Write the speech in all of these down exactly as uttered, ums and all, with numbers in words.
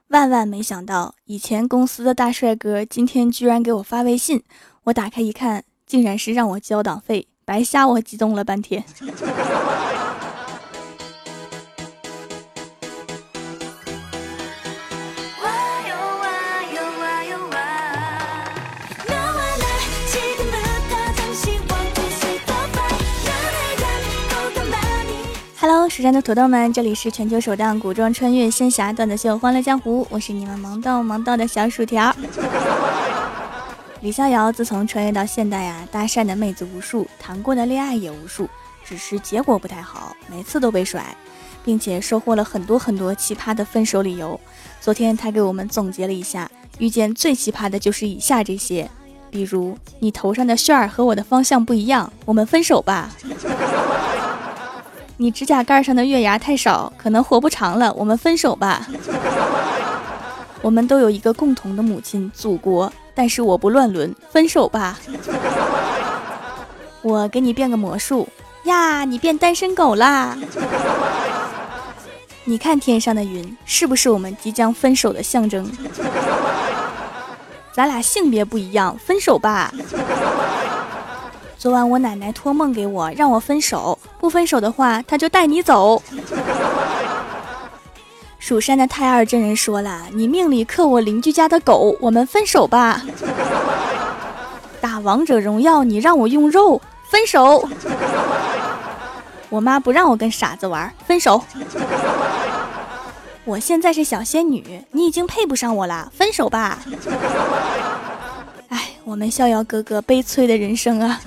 万万没想到，以前公司的大帅哥今天居然给我发微信，我打开一看，竟然是让我交党费，白瞎我激动了半天。Hello， 蜀山的土豆们，这里是全球首档古装穿越仙侠段子秀《欢乐江湖》，我是你们萌逗萌逗的小薯条。李逍遥自从穿越到现代啊，搭讪的妹子无数，谈过的恋爱也无数，只是结果不太好，每次都被甩，并且收获了很多很多奇葩的分手理由。昨天他给我们总结了一下，遇见最奇葩的就是以下这些，比如你头上的旋儿和我的方向不一样，我们分手吧。你指甲盖上的月牙太少，可能活不长了，我们分手吧。我们都有一个共同的母亲祖国，但是我不乱伦，分手吧。我给你变个魔术呀，你变单身狗啦。你看天上的云，是不是我们即将分手的象征？咱俩性别不一样，分手吧。昨晚我奶奶托梦给我，让我分手，不分手的话她就带你走。蜀山的太二真人说了，你命里克我邻居家的狗，我们分手吧。打王者荣耀你让我用肉，分手。我妈不让我跟傻子玩，分手。我现在是小仙女，你已经配不上我了，分手吧。哎，我们逍遥哥哥悲催的人生啊。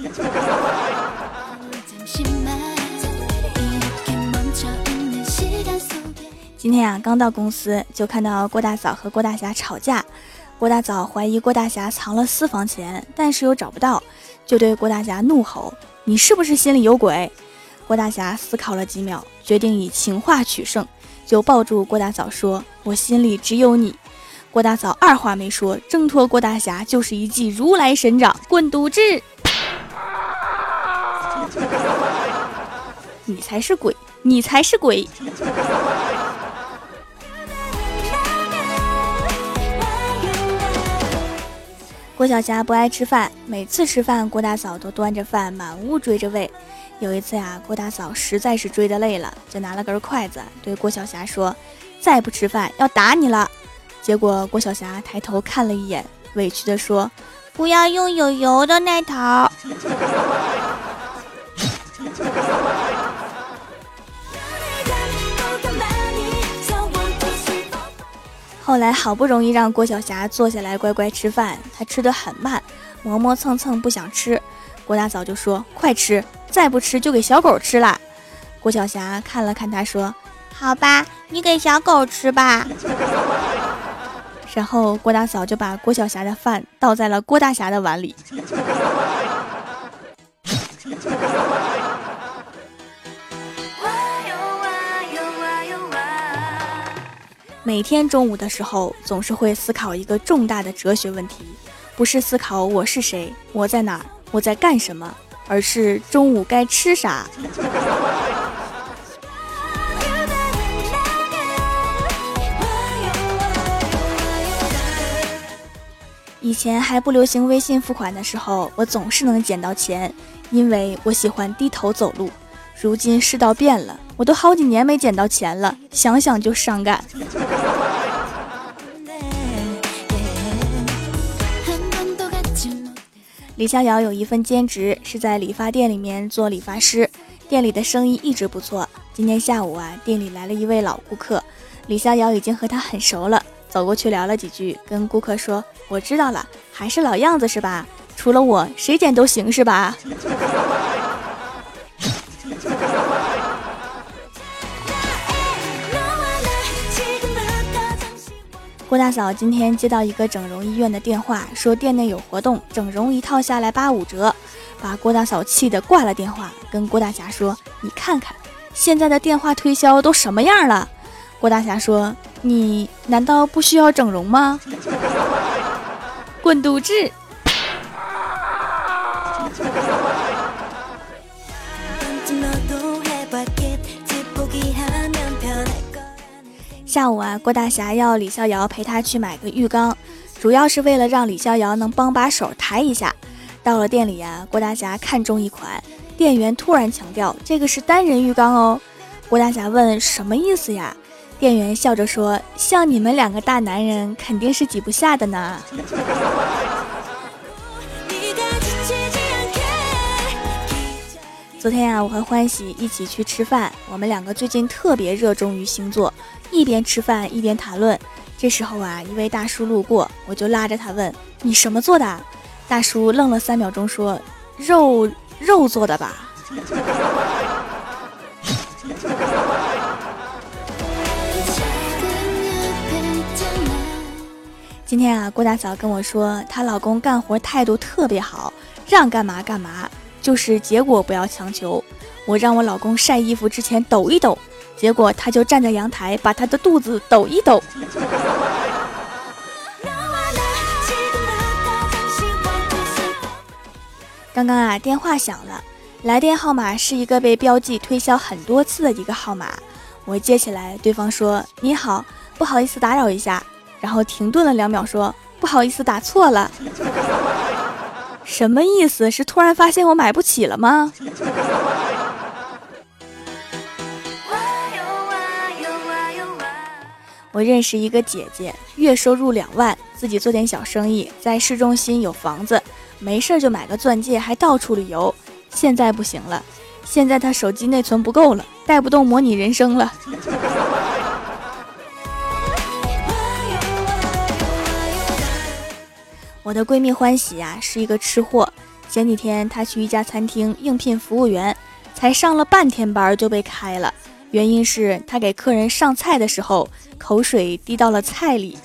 今天啊，刚到公司就看到郭大嫂和郭大侠吵架。郭大嫂怀疑郭大侠藏了私房钱，但是又找不到，就对郭大侠怒吼：你是不是心里有鬼？郭大侠思考了几秒，决定以情话取胜，就抱住郭大嫂说：我心里只有你。郭大嫂二话没说，挣脱郭大侠就是一记如来神掌，滚犊子。你才是鬼，你才是鬼。郭晓霞不爱吃饭，每次吃饭郭大嫂都端着饭满屋追着喂。有一次呀、啊，郭大嫂实在是追得累了，就拿了根筷子对郭晓霞说：再不吃饭要打你了。结果郭晓霞抬头看了一眼，委屈地说：不要用有油的那头。后来好不容易让郭晓霞坐下来乖乖吃饭，她吃得很慢，磨磨蹭蹭不想吃。郭大嫂就说：快吃，再不吃就给小狗吃了。郭晓霞看了看她说：好吧，你给小狗吃吧。然后郭大嫂就把郭晓霞的饭倒在了郭大侠的碗里。每天中午的时候，总是会思考一个重大的哲学问题，不是思考我是谁，我在哪儿，我在干什么，而是中午该吃啥。以前还不流行微信付款的时候，我总是能捡到钱，因为我喜欢低头走路。如今世道变了，我都好几年没捡到钱了，想想就伤感。李逍遥有一份兼职，是在理发店里面做理发师，店里的生意一直不错。今天下午啊，店里来了一位老顾客，李逍遥已经和他很熟了，走过去聊了几句，跟顾客说：我知道了，还是老样子是吧？除了我，谁剪都行是吧？郭大嫂今天接到一个整容医院的电话，说店内有活动，整容一套下来八五折，把郭大嫂气得挂了电话，跟郭大侠说：你看看现在的电话推销都什么样了。郭大侠说：你难道不需要整容吗？滚犊子。 下午啊，郭大侠要李逍遥陪他去买个浴缸，主要是为了让李逍遥能帮把手抬一下。到了店里啊，郭大侠看中一款，店员突然强调这个是单人浴缸哦。郭大侠问什么意思呀？店员笑着说，像你们两个大男人肯定是挤不下的呢。昨天啊，我和欢喜一起去吃饭，我们两个最近特别热衷于星座，一边吃饭一边谈论。这时候啊，一位大叔路过，我就拉着他问，你什么做的？大叔愣了三秒钟说，肉肉做的吧。今天啊，郭大嫂跟我说，她老公干活态度特别好，让干嘛干嘛，就是结果不要强求。我让我老公晒衣服之前抖一抖，结果他就站在阳台把他的肚子抖一抖。刚刚啊，电话响了，来电号码是一个被标记推销很多次的一个号码。我接起来，对方说，你好，不好意思打扰一下，然后停顿了两秒说，不好意思打错了。什么意思？是突然发现我买不起了吗？我认识一个姐姐，月收入两万，自己做点小生意，在市中心有房子，没事就买个钻戒，还到处旅游。现在不行了，现在她手机内存不够了，带不动模拟人生了。我的闺蜜欢喜呀、啊，是一个吃货。前几天她去一家餐厅应聘服务员，才上了半天班就被开了，原因是她给客人上菜的时候，口水滴到了菜里。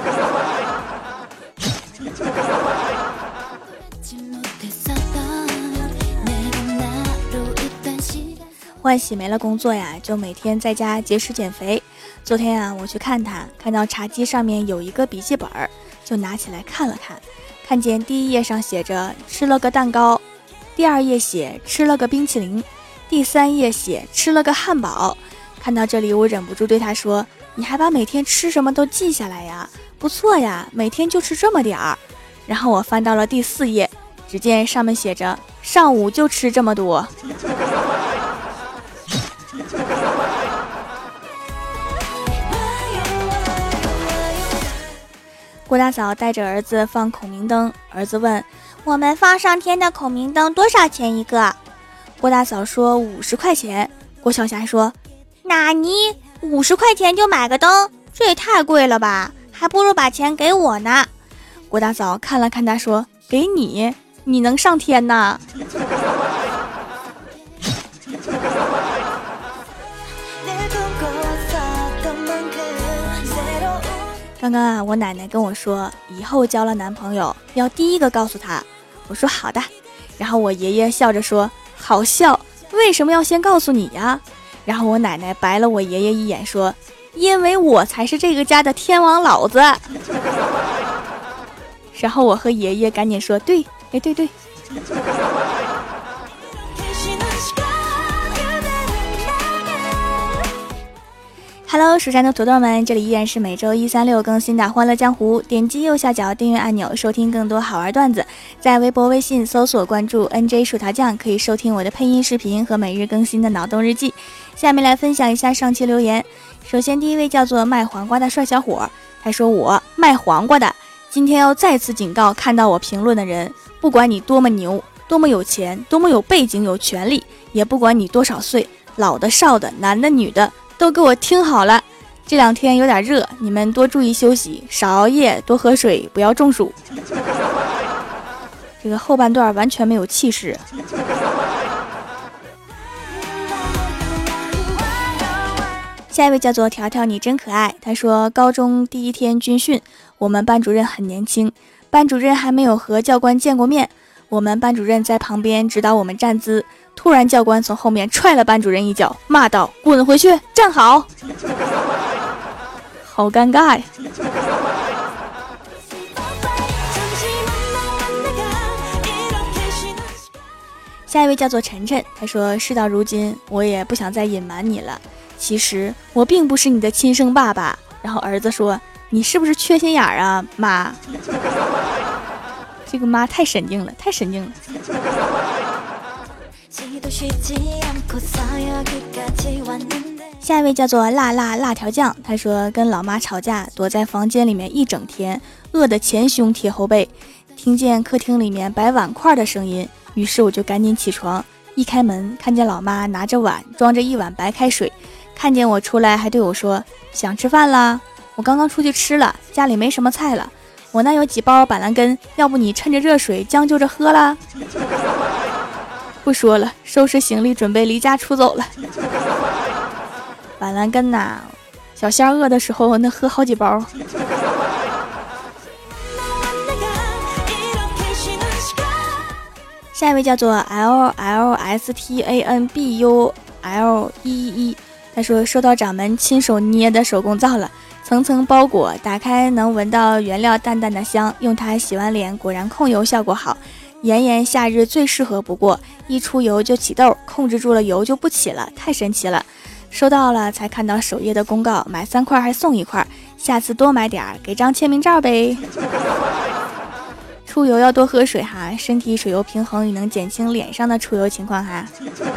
欢喜没了工作呀，就每天在家节食减肥。昨天啊，我去看她，看到茶几上面有一个笔记本，就拿起来看了看，看见第一页上写着吃了个蛋糕，第二页写吃了个冰淇淋，第三页写吃了个汉堡。看到这里，我忍不住对她说，你还把每天吃什么都记下来呀，不错呀，每天就吃这么点儿。然后我翻到了第四页，只见上面写着上午就吃这么多。郭大嫂带着儿子放孔明灯，儿子问，我们放上天的孔明灯多少钱一个？郭大嫂说五十块钱。郭晓霞说，哪尼五十块钱就买个灯，这也太贵了吧，还不如把钱给我呢。郭大嫂看了看他说，给你，你能上天呐？刚刚啊，我奶奶跟我说，以后交了男朋友要第一个告诉他。我说好的。然后我爷爷笑着说，好笑，为什么要先告诉你呀？然后我奶奶白了我爷爷一眼说，因为我才是这个家的天王老子。然后我和爷爷赶紧说，对，哎对对。Hello， 蜀山的土豆们，这里依然是每周一、三、六更新的《欢乐江湖》。点击右下角订阅按钮，收听更多好玩段子。在微博、微信搜索关注 N J 薯条酱，可以收听我的配音视频和每日更新的脑洞日记。下面来分享一下上期留言。首先，第一位叫做卖黄瓜的帅小伙，他说我卖黄瓜的，今天要再次警告看到我评论的人，不管你多么牛、多么有钱、多么有背景、有权利，也不管你多少岁，老的、少的、男的、女的。都给我听好了，这两天有点热，你们多注意休息，少熬夜，多喝水，不要中暑。这个后半段完全没有气势。下一位叫做条条，你真可爱。他说，高中第一天军训，我们班主任很年轻，班主任还没有和教官见过面，我们班主任在旁边指导我们站姿。突然教官从后面踹了班主任一脚，骂道，滚回去站好。好尴尬呀。下一位叫做晨晨，他说，事到如今我也不想再隐瞒你了， 其实我并不是你的亲生爸爸。然后儿子说，你是不是缺心眼儿啊，妈？这个妈太神经了，太神经了。下一位叫做辣辣辣条酱，他说跟老妈吵架，躲在房间里面一整天，饿得前胸贴后背，听见客厅里面摆碗筷的声音，于是我就赶紧起床，一开门看见老妈拿着碗装着一碗白开水，看见我出来还对我说，想吃饭啦？我刚刚出去吃了，家里没什么菜了，我那有几包板蓝根，要不你趁着热水将就着喝啦？不说了，收拾行李准备离家出走了。板蓝根呐，小仙饿的时候能喝好几包。下一位叫做 L L S T A N B U L 一一一，他说收到掌门亲手捏的手工皂了，层层包裹，打开能闻到原料淡淡的香，用它洗完脸果然控油效果好，炎炎夏日最适合不过，一出油就起痘，控制住了油就不起了，太神奇了。收到了才看到首页的公告，买三块还送一块，下次多买点儿，给张签名照呗。出油要多喝水哈，身体水油平衡也能减轻脸上的出油情况哈。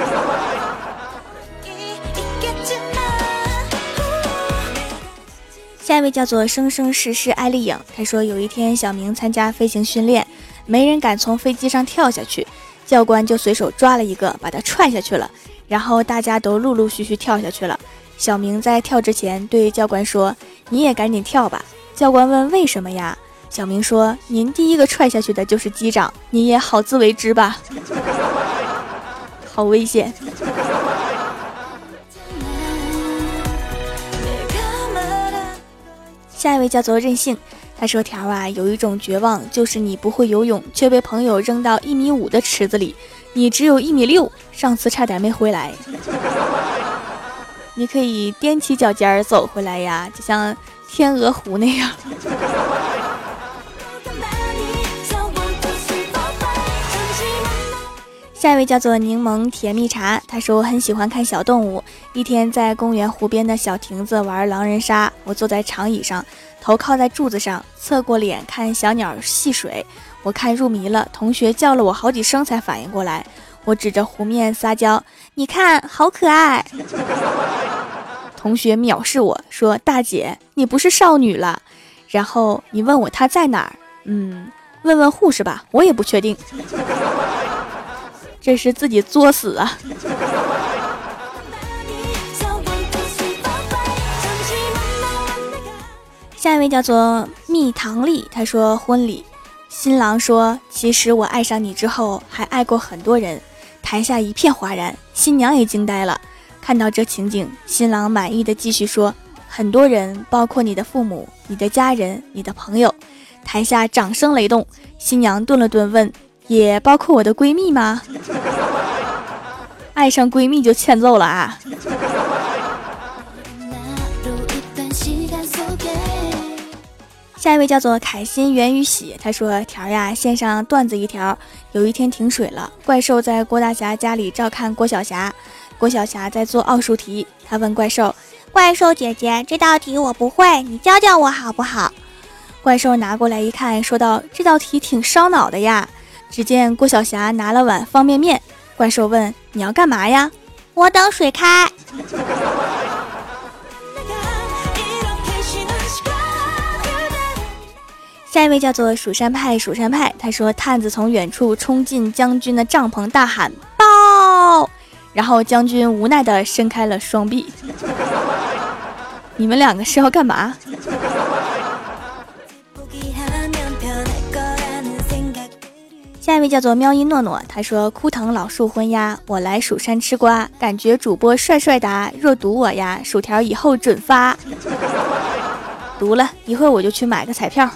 下一位叫做生生世世艾丽颖，他说有一天小明参加飞行训练，没人敢从飞机上跳下去，教官就随手抓了一个把他踹下去了，然后大家都陆陆续续跳下去了。小明在跳之前对教官说，你也赶紧跳吧。教官问为什么呀？小明说，您第一个踹下去的就是机长，你也好自为之吧。好危险。下一位叫做任性，他说条啊，有一种绝望，就是你不会游泳，却被朋友扔到一米五的池子里，你只有一米六，上次差点没回来。你可以踮起脚尖走回来呀，就像天鹅湖那样。下一位叫做柠檬甜蜜茶，他说我很喜欢看小动物，一天在公园湖边的小亭子玩狼人杀，我坐在长椅上，头靠在柱子上，侧过脸看小鸟戏水，我看入迷了，同学叫了我好几声才反应过来，我指着湖面撒娇，你看好可爱。同学藐视我说，大姐你不是少女了。然后你问我他在哪儿，嗯，问问护士吧，我也不确定。这是自己作死啊。下一位叫做蜜糖丽，他说婚礼，新郎说其实我爱上你之后还爱过很多人，台下一片哗然，新娘也惊呆了。看到这情景，新郎满意的继续说，很多人包括你的父母，你的家人，你的朋友。台下掌声雷动，新娘顿了顿问，也包括我的闺蜜吗？爱上闺蜜就欠揍了啊。下一位叫做凯欣源于喜，他说条呀，线上段子一条，有一天停水了，怪兽在郭大侠家里照看郭晓霞，郭晓霞在做奥数题，他问怪兽，怪兽姐姐，这道题我不会，你教教我好不好？怪兽拿过来一看，说道，这道题挺烧脑的呀。只见郭晓霞拿了碗方便面，怪兽问，你要干嘛呀？我等水开。下一位叫做蜀山派蜀山派，他说探子从远处冲进将军的帐篷，大喊报，然后将军无奈地伸开了双臂。你们两个是要干嘛？下一位叫做喵音诺诺，他说枯藤老树昏鸦，我来蜀山吃瓜，感觉主播帅帅答，若读我呀，薯条以后准发。读了一会儿我就去买个彩票。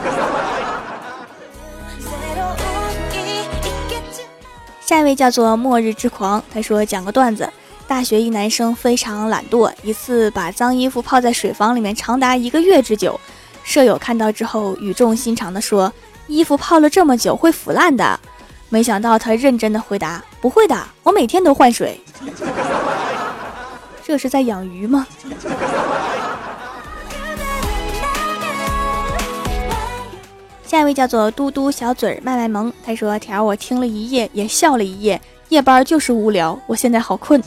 下一位叫做末日之狂，他说讲个段子，大学一男生非常懒惰，一次把脏衣服泡在水房里面长达一个月之久，舍友看到之后语重心长地说，衣服泡了这么久会腐烂的。没想到他认真的回答，不会的，我每天都换水。 这是在养鱼吗？下一位叫做嘟嘟小嘴儿卖卖萌，他说条我听了一夜也笑了一夜，夜班就是无聊，我现在好困。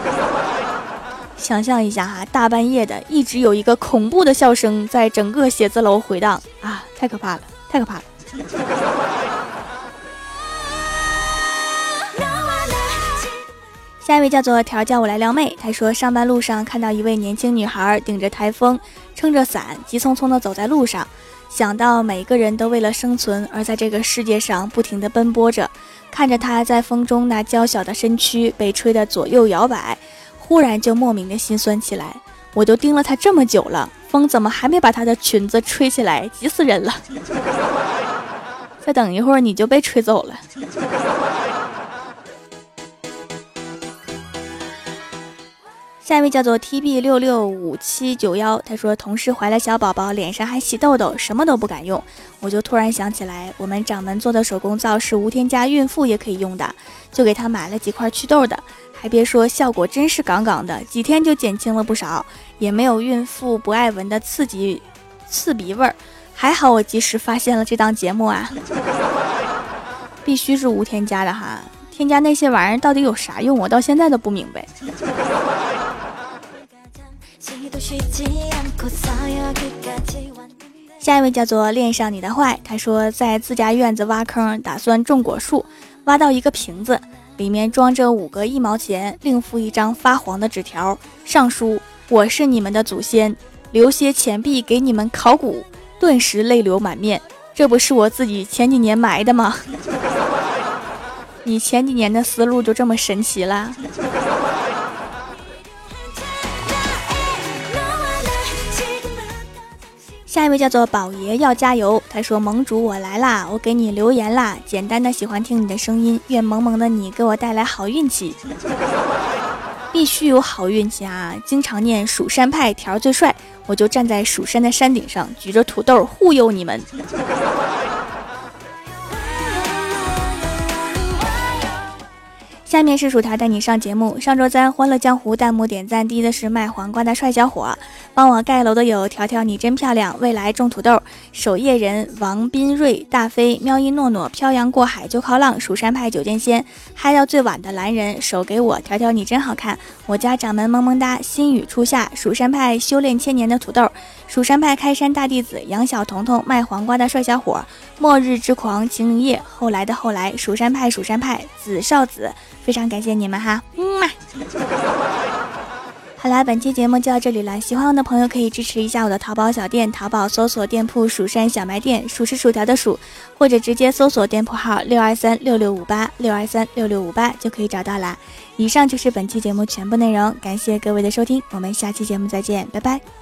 想象一下哈，大半夜的一直有一个恐怖的笑声在整个写字楼回荡啊，太可怕了，太可怕了。下一位叫做条叫我来撩妹，他说上班路上看到一位年轻女孩顶着台风撑着伞急匆匆地走在路上，想到每个人都为了生存而在这个世界上不停地奔波着，看着她在风中那娇小的身躯被吹得左右摇摆，忽然就莫名的心酸起来。我都盯了她这么久了，风怎么还没把她的裙子吹起来，急死人了。再等一会儿你就被吹走了。下一位叫做 T B 六六五七九一，他说同事怀了小宝宝，脸上还起痘痘，什么都不敢用。我就突然想起来，我们掌门做的手工皂是无添加孕妇也可以用的，就给他买了几块祛痘的。还别说，效果真是杠杠的，几天就减轻了不少，也没有孕妇不爱闻的刺激刺鼻味儿。还好我及时发现了这档节目啊！必须是无添加的哈，添加那些玩意儿到底有啥用？我到现在都不明白。下一位叫做恋上你的坏，他说在自家院子挖坑，打算种果树，挖到一个瓶子，里面装着五个一毛钱，另附一张发黄的纸条，上书我是你们的祖先，留些钱币给你们考古。顿时泪流满面，这不是我自己前几年埋的吗？你前几年的思路就这么神奇了？下一位叫做宝爷要加油，他说盟主我来啦，我给你留言啦，简单的喜欢听你的声音，愿萌萌的你给我带来好运气。必须有好运气啊！经常念蜀山派条最帅，我就站在蜀山的山顶上，举着土豆忽悠你们。下面是薯条带你上节目。上周三欢乐江湖弹幕点赞第一的是卖黄瓜的帅小伙，帮我盖楼的有条条你真漂亮，未来种土豆，守夜人王斌瑞，大飞喵一诺诺，漂洋过海就靠浪，蜀山派九剑仙，嗨到最晚的蓝人，手给我，条条你真好看，我家掌门萌萌哒，心语初夏，蜀山派修炼千年的土豆，蜀山派开山大弟子杨小彤彤，卖黄瓜的帅小伙，末日之狂秦灵叶，后来的后来，蜀山派蜀山派子少子，非常感谢你们哈，嗯嘛。好啦，本期节目就到这里了，喜欢我的朋友可以支持一下我的淘宝小店，淘宝搜索店铺蜀山小卖店，蜀是薯条的蜀，或者直接搜索店铺号六二三六六五八六二三六六五八就可以找到啦。以上就是本期节目全部内容，感谢各位的收听，我们下期节目再见，拜拜。